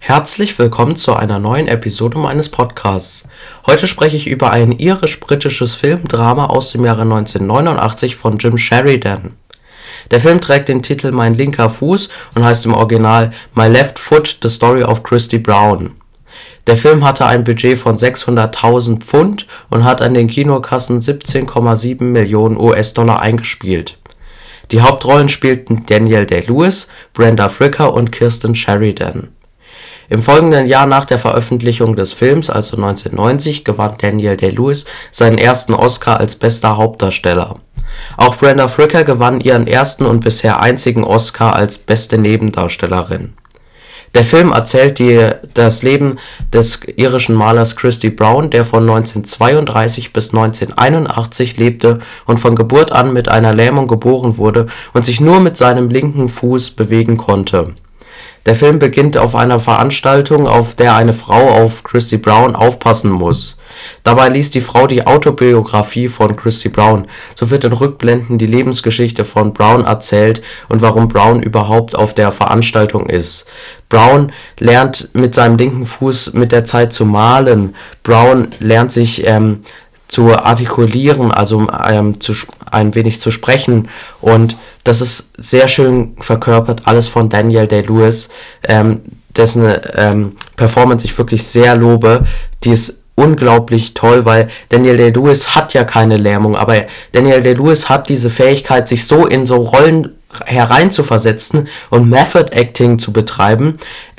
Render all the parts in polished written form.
Herzlich willkommen zu einer neuen Episode meines Podcasts. Heute spreche ich über ein irisch-britisches Filmdrama aus dem Jahre 1989 von Jim Sheridan. Der Film trägt den Titel Mein linker Fuß und heißt im Original My Left Foot: The Story of Christy Brown. Der Film hatte ein Budget von 600.000 Pfund und hat an den Kinokassen 17,7 Millionen US-Dollar eingespielt. Die Hauptrollen spielten Daniel Day-Lewis, Brenda Fricker und Kirsten Sheridan. Im folgenden Jahr nach der Veröffentlichung des Films, also 1990, gewann Daniel Day-Lewis seinen ersten Oscar als bester Hauptdarsteller. Auch Brenda Fricker gewann ihren ersten und bisher einzigen Oscar als beste Nebendarstellerin. Der Film erzählt das Leben des irischen Malers Christy Brown, der von 1932 bis 1981 lebte und von Geburt an mit einer Lähmung geboren wurde und sich nur mit seinem linken Fuß bewegen konnte. Der Film beginnt auf einer Veranstaltung, auf der eine Frau auf Christy Brown aufpassen muss. Dabei liest die Frau die Autobiografie von Christy Brown. So wird in Rückblenden die Lebensgeschichte von Brown erzählt und warum Brown überhaupt auf der Veranstaltung ist. Brown lernt mit seinem linken Fuß mit der Zeit zu malen. Brown lernt sich zu artikulieren, also ein wenig zu sprechen, und das ist sehr schön verkörpert, alles von Daniel Day-Lewis, dessen Performance ich wirklich sehr lobe. Die ist unglaublich toll, weil Daniel Day-Lewis hat ja keine Lähmung, aber Daniel Day-Lewis hat diese Fähigkeit, sich so in so Rollen hereinzuversetzen und Method Acting zu betreiben,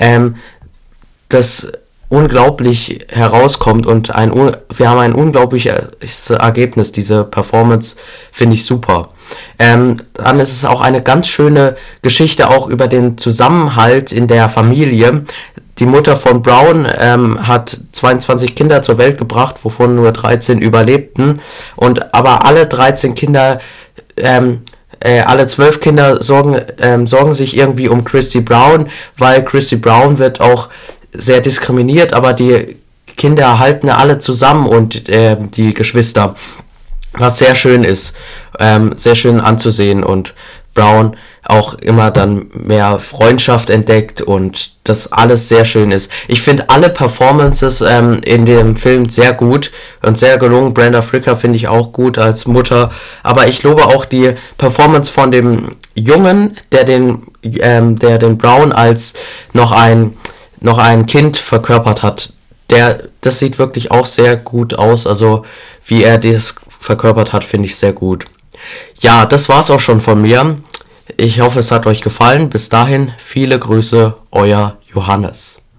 das unglaublich herauskommt, und wir haben ein unglaubliches Ergebnis. Diese Performance finde ich super. Dann ist es auch eine ganz schöne Geschichte auch über den Zusammenhalt in der Familie. Die Mutter von Brown hat 22 Kinder zur Welt gebracht, wovon nur 13 überlebten, aber alle 13 Kinder alle 12 Kinder sorgen sich irgendwie um Christy Brown, weil Christy Brown wird auch sehr diskriminiert, aber die Kinder halten alle zusammen und die Geschwister, was sehr schön ist, sehr schön anzusehen, und Brown auch immer dann mehr Freundschaft entdeckt und das alles sehr schön ist. Ich finde alle Performances in dem Film sehr gut und sehr gelungen. Brenda Fricker finde ich auch gut als Mutter, aber ich lobe auch die Performance von dem Jungen, der den Brown als noch ein Kind verkörpert hat. Das sieht wirklich auch sehr gut aus, also wie er das verkörpert hat, finde ich sehr gut. Ja, das war's auch schon von mir. Ich hoffe, es hat euch gefallen. Bis dahin, viele Grüße, euer Johannes.